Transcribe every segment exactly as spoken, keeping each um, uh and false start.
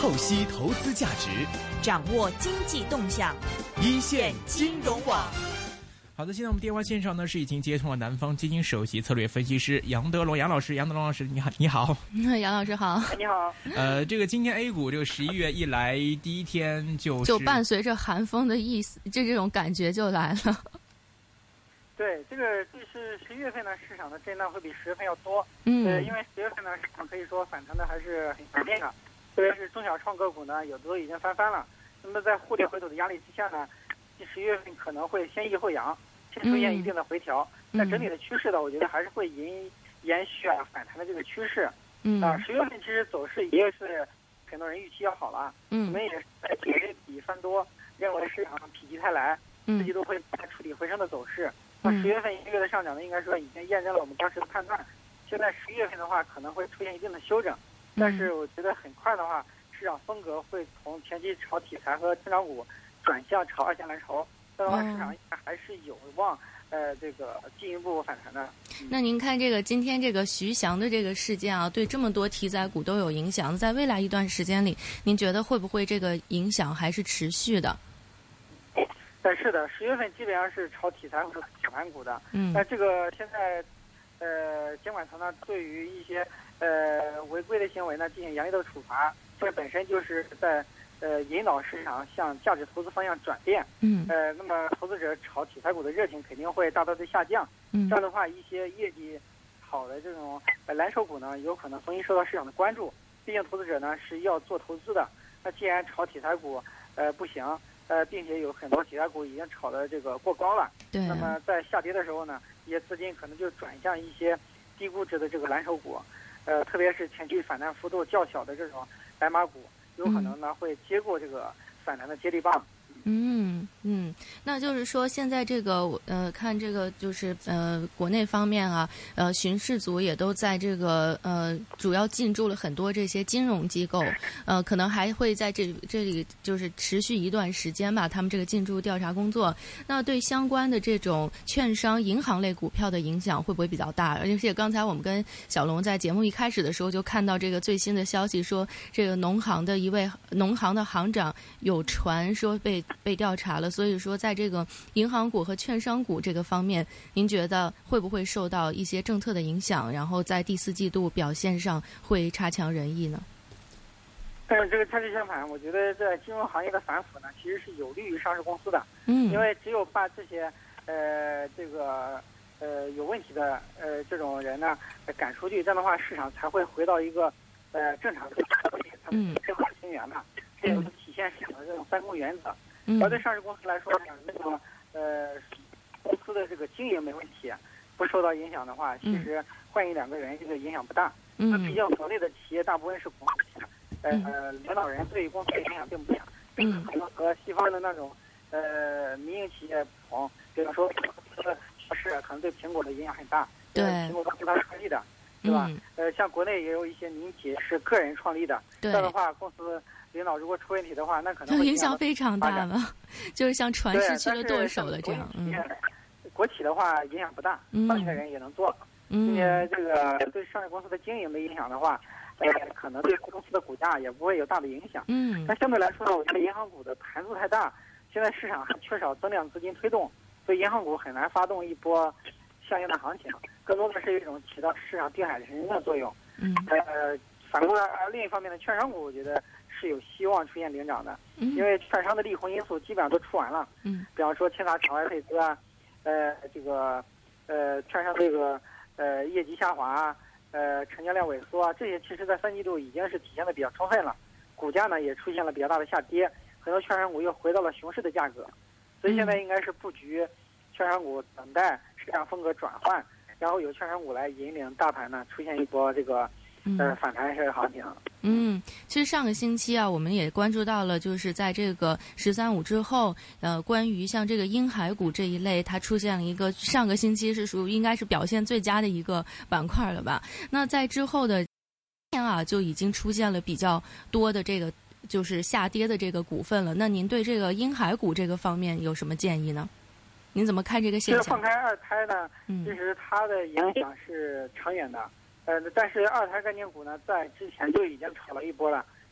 透析投资价值， 掌握经济动向， 一线金融网。好的，现在我们电话线上呢是已经接通了南方基金首席策略分析师杨德龙杨老师。杨德龙老师，你好，你好。 杨老师好， 你好。 呃，这个今天 A 股这个十一月一来第一天就是就伴随着寒风的意思，这这种感觉就来了。 对，这个就是十一月份呢，市场的震荡会比十月份要多。 嗯， 呃，因为十月份呢，市场可以说反弹的还是很强烈的，特别是中小创个股呢，有的都已经翻番了。那么在互利回吐的压力之下呢，十一月份可能会先抑后扬，先出现一定的回调。那、嗯、整体的趋势呢，我觉得还是会延延续啊反弹的这个趋势。 嗯啊，十月份其实走势也是很多人预期要好了。 嗯， 我们也是在九月底翻多，认为市场否极泰来，自己都会触底回升的走势。那十月份一个月的上涨呢，应该说已经验证了我们当时的判断。现在十一月份的话，可能会出现一定的修正，但是我觉得很快的话，市场风格会从前期炒题材和成长股转向炒二线蓝筹，这样的话市场应该还是有望呃这个进一步反弹的。 嗯、那您看这个今天这个徐翔的这个事件啊，对这么多题材股都有影响，在未来一段时间里，您觉得会不会这个影响还是持续的？ 但是的，十月份基本上是炒题材和小盘股的。 嗯， 那这个现在，呃，监管层呢对于一些呃违规的行为呢进行严厉的处罚，这本身就是在呃引导市场向价值投资方向转变。 嗯， 呃，那么投资者炒题材股的热情肯定会大大的下降。 嗯， 这样的话，一些业绩好的这种呃蓝筹股呢，有可能重新受到市场的关注。毕竟投资者呢是要做投资的。那既然炒题材股呃不行。呃，并且有很多题材股已经炒的这个过高了， 对、啊。 那么在下跌的时候呢，一些资金可能就转向一些低估值的这个蓝筹股，呃，特别是前期反弹幅度较小的这种白马股，有可能呢、嗯、会接过这个反弹的接力棒。 嗯嗯，那就是说现在这个呃，看这个就是呃，国内方面啊，呃，巡视组也都在这个呃，主要进驻了很多这些金融机构，呃，可能还会在这这里就是持续一段时间吧，他们这个进驻调查工作。那对相关的这种券商、银行类股票的影响会不会比较大？而且刚才我们跟小龙在节目一开始的时候就看到这个最新的消息，说这个农行的一位农行的行长有传说被。被调查了，所以说在这个银行股和券商股这个方面，您觉得会不会受到一些政策的影响，然后在第四季度表现上会差强人意呢？ 但是这个恰恰相反，我觉得在金融行业的反腐呢，其实是有利于上市公司的。 嗯， 因为只有把这些呃这个呃有问题的呃这种人呢赶出去，这样的话市场才会回到一个呃正常的他们正常情缘嘛，这种体现市场的这种三公原则。而对上市公司来说呢，那个呃公司的这个经营没问题，不受到影响的话，其实换一两个人这个影响不大。 嗯， 那毕竟国内的企业大部分是国企，呃领导人对公司的影响并不大。 嗯， 可能和西方的那种呃民营企业不同，比如说是可能对苹果的影响很大， 对， 苹果是他创立的，对吧？ 嗯、 呃，像国内也有一些民企是个人创立的，这样的话公司。领导如果出问题的话，那可能会影响非常大了，就是像船失去了舵手了这样。嗯， 国企的话影响不大，换一个人也能做，并且这个对上市公司的经营没影响的话，呃，可能对公司的股价也不会有大的影响。 嗯， 但相对来说呢，我觉得银行股的盘数太大，现在市场还缺少增量资金推动，所以银行股很难发动一波相应的行情，更多的是一种起到市场定海神针的作用。 嗯， 呃，反过来另一方面的券商股，我觉得。是有希望出现领涨的，因为券商的利空因素基本上都出完了。 嗯， 比方说清查场外配资啊，呃，这个呃券商这个呃业绩下滑啊，呃成交量萎缩啊，这些其实在三季度已经是体现的比较充分了。股价呢也出现了比较大的下跌，很多券商股又回到了熊市的价格，所以现在应该是布局券商股，等待市场风格转换，然后由券商股来引领大盘呢出现一波这个。呃，反弹式行情。 嗯，其实上个星期啊，我们也关注到了，就是在这个“十三五”之后，呃，关于像这个婴孩股这一类，它出现了一个上个星期是属于应该是表现最佳的一个板块了吧？那在之后的天啊，就已经出现了比较多的这个就是下跌的这个股份了。那您对这个婴孩股这个方面有什么建议呢？您怎么看这个现象？ 这个放开二胎呢，其实它的影响是长远的。呃，但是二胎概念股呢，在之前就已经炒了一波了，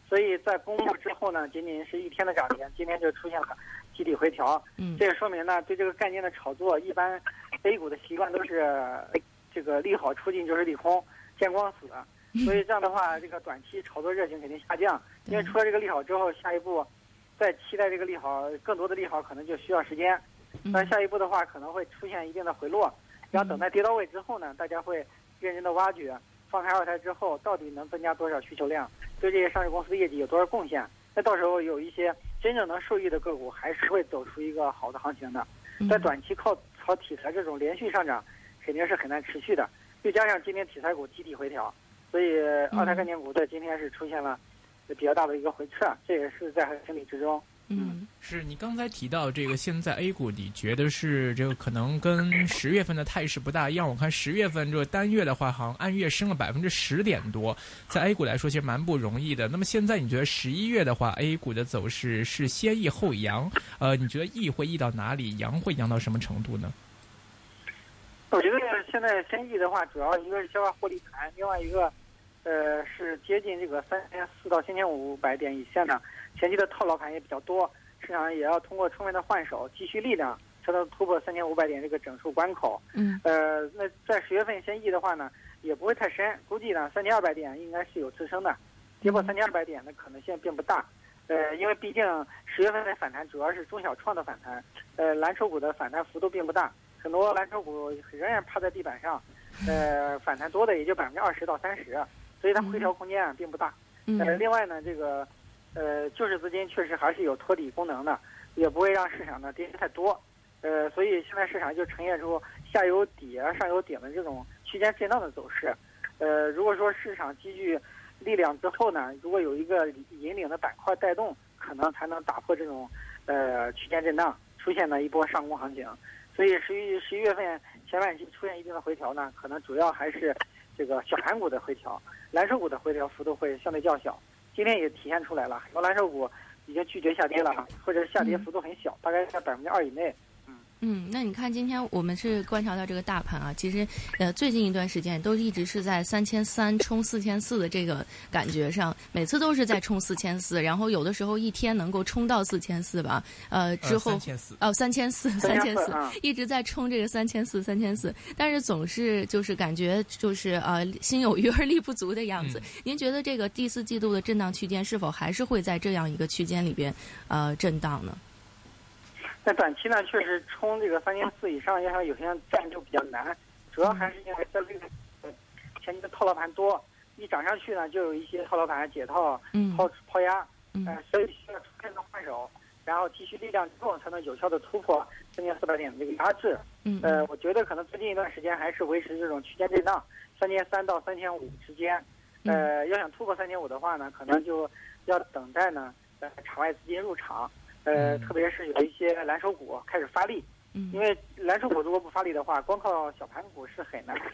所以在公布之后呢，仅仅是一天的涨停，今天就出现了集体回调。 嗯， 这也说明呢，对这个概念的炒作，一般 A 股的习惯都是这个利好出尽就是利空，见光死。所以这样的话，这个短期炒作热情肯定下降，因为出了这个利好之后，下一步再期待这个利好，更多的利好可能就需要时间。那下一步的话，可能会出现一定的回落，然后等待跌到位之后呢，大家会认真的挖掘，放开二胎之后到底能增加多少需求量，对这些上市公司的业绩有多少贡献。那到时候有一些真正能受益的个股，还是会走出一个好的行情的。在短期靠炒题材这种连续上涨，肯定是很难持续的。又加上今天题材股集体回调，所以二胎概念股在今天是出现了比较大的一个回撤，这也是在情理之中。 嗯， 是你刚才提到这个，现在 A 股你觉得是这个可能跟十月份的态势不大一样。我看十月份这个单月的话，好像按月升了百分之十点多，在 A 股来说其实蛮不容易的。那么现在你觉得十一月的话 ，A 股的走势是先抑后扬？呃，你觉得抑会抑到哪里，扬会扬到什么程度呢？ 我觉得现在先抑的话，主要一个是消化获利盘，另外一个，呃，是接近这个三千四到三千五百点以下呢。前期的套牢盘也比较多，市场也要通过充分的换手，积蓄力量，才能突破三千五百点这个整数关口。 嗯， 呃，那在十月份先抑的话呢，也不会太深，估计呢三千二百点应该是有支撑的，跌破三千二百点的可能性并不大。呃，因为毕竟十月份的反弹主要是中小创的反弹，呃，蓝筹股的反弹幅度并不大，很多蓝筹股仍然趴在地板上，呃，反弹多的也就百分之二十到三十，所以它回调空间啊并不大。呃，另外呢，这个。呃，救市资金确实还是有托底功能的，也不会让市场呢跌太多，呃，所以现在市场就呈现出下游底啊、上游顶的这种区间震荡的走势。呃，如果说市场积聚力量之后呢，如果有一个引领的板块带动，可能才能打破这种呃区间震荡，出现了一波上攻行情。所以十一十一月份前半期出现一定的回调呢，可能主要还是这个小盘股的回调，蓝筹股的回调幅度会相对较小。今天也体现出来了，很多蓝筹股已经拒绝下跌了，或者下跌幅度很小，嗯、大概在百分之二以内。嗯嗯，那你看今天我们是观察到这个大盘啊，其实呃最近一段时间都一直是在三千三冲四千四的这个感觉上，每次都是在冲四千四，然后有的时候一天能够冲到四千四吧，呃之后哦三千四三千四一直在冲这个三千四三千四，但是总是就是感觉就是呃心有余而力不足的样子。嗯、您觉得这个第四季度的震荡区间是否还是会在这样一个区间里边呃震荡呢？ 在短期呢，确实冲这个三千四以上，要想有些站就比较难，主要还是因为在这个前期的套牢盘多，一涨上去呢，就有一些套牢盘解套、抛抛压，呃，所以需要出现的换手，然后提取力量之后，才能有效的突破三千四百点的这个压制。呃，我觉得可能最近一段时间还是维持这种区间震荡，三千三到三千五之间。呃，要想突破三千五的话呢，可能就要等待呢，呃，场外资金入场。呃，特别是有一些蓝筹股开始发力，嗯，因为蓝筹股如果不发力的话，光靠小盘股是很难。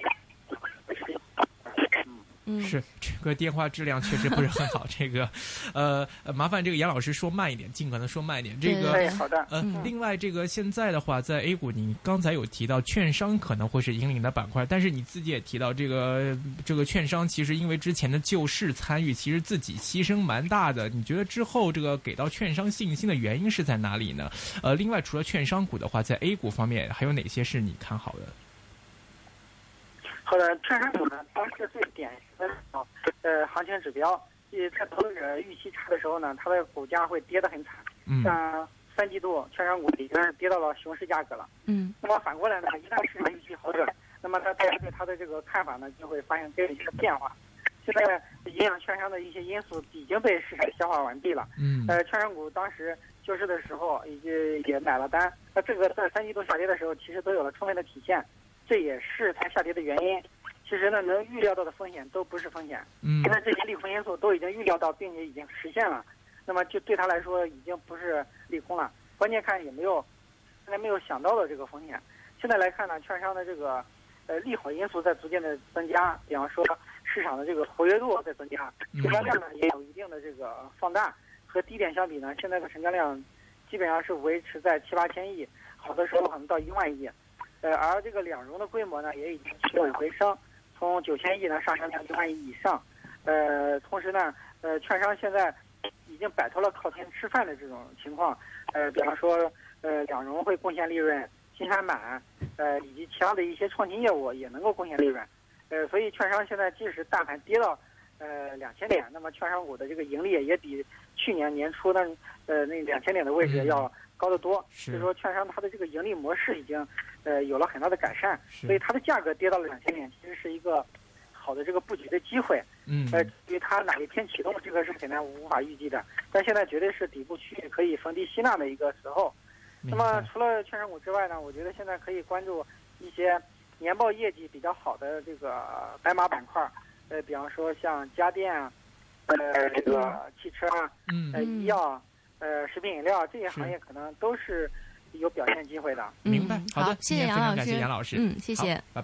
嗯， 是这个电话质量确实不是很好，这个，呃，麻烦这个杨老师说慢一点，尽可能说慢一点。这个， 对，好的。 呃，嗯、另外这个现在的话，在 A 股，你刚才有提到券商可能会是引领的板块，但是你自己也提到这个这个券商其实因为之前的救市参与，其实自己牺牲蛮大的。你觉得之后这个给到券商信心的原因是在哪里呢？呃，另外除了券商股的话，在 A 股方面还有哪些是你看好的？ 好的，券商股呢，它是最典型的呃行情指标。在投资者预期差的时候呢，它的股价会跌得很惨。嗯。像三季度券商股已经是跌到了熊市价格了。嗯。那么反过来呢，一旦市场预期好转，那么它大家对它的这个看法呢，就会发生这样一个变化。现在影响券商的一些因素已经被市场消化完毕了。嗯。呃，券商股当时救市的时候已经也买了单，那这个在三季度下跌的时候，其实都有了充分的体现。这也是它下跌的原因。其实呢，能预料到的风险都不是风险，嗯，因为这些利空因素都已经预料到，并且已经实现了，那么就对他来说已经不是利空了。关键看有没有现在没有想到的这个风险。现在来看呢，券商的这个呃利好因素在逐渐的增加，比方说市场的这个活跃度在增加，成交量呢也有一定的这个放大。和低点相比呢，现在的成交量基本上是维持在七八千亿，好的时候可能到一万亿。呃，而这个两融的规模呢，也已经企稳回升，从九千亿呢上升到一万亿以上。呃，同时呢， 呃，券商现在已经摆脱了靠天吃饭的这种情况，呃，比方说，呃，两融会贡献利润，新三板，呃，以及其他的一些创新业务也能够贡献利润，呃，所以券商现在即使大盘跌到呃两千点，那么券商股的这个盈利也比去年年初的呃那两千点的位置要高得多，所以说券商它的这个盈利模式已经呃有了很大的改善，所以它的价格跌到了两千点，其实是一个好的这个布局的机会。 嗯， 呃，至于它哪一天启动，这个是现在无法预计的，但现在绝对是底部区域可以逢低吸纳的一个时候。那么除了券商股之外呢，我觉得现在可以关注一些年报业绩比较好的这个白马板块，呃，比方说像家电啊，呃，这个汽车啊， 嗯， 呃，医药，呃，食品饮料这些行业可能都是有表现机会的。 明白。好的， 谢谢杨老师， 非常感谢杨老师。 嗯，谢谢。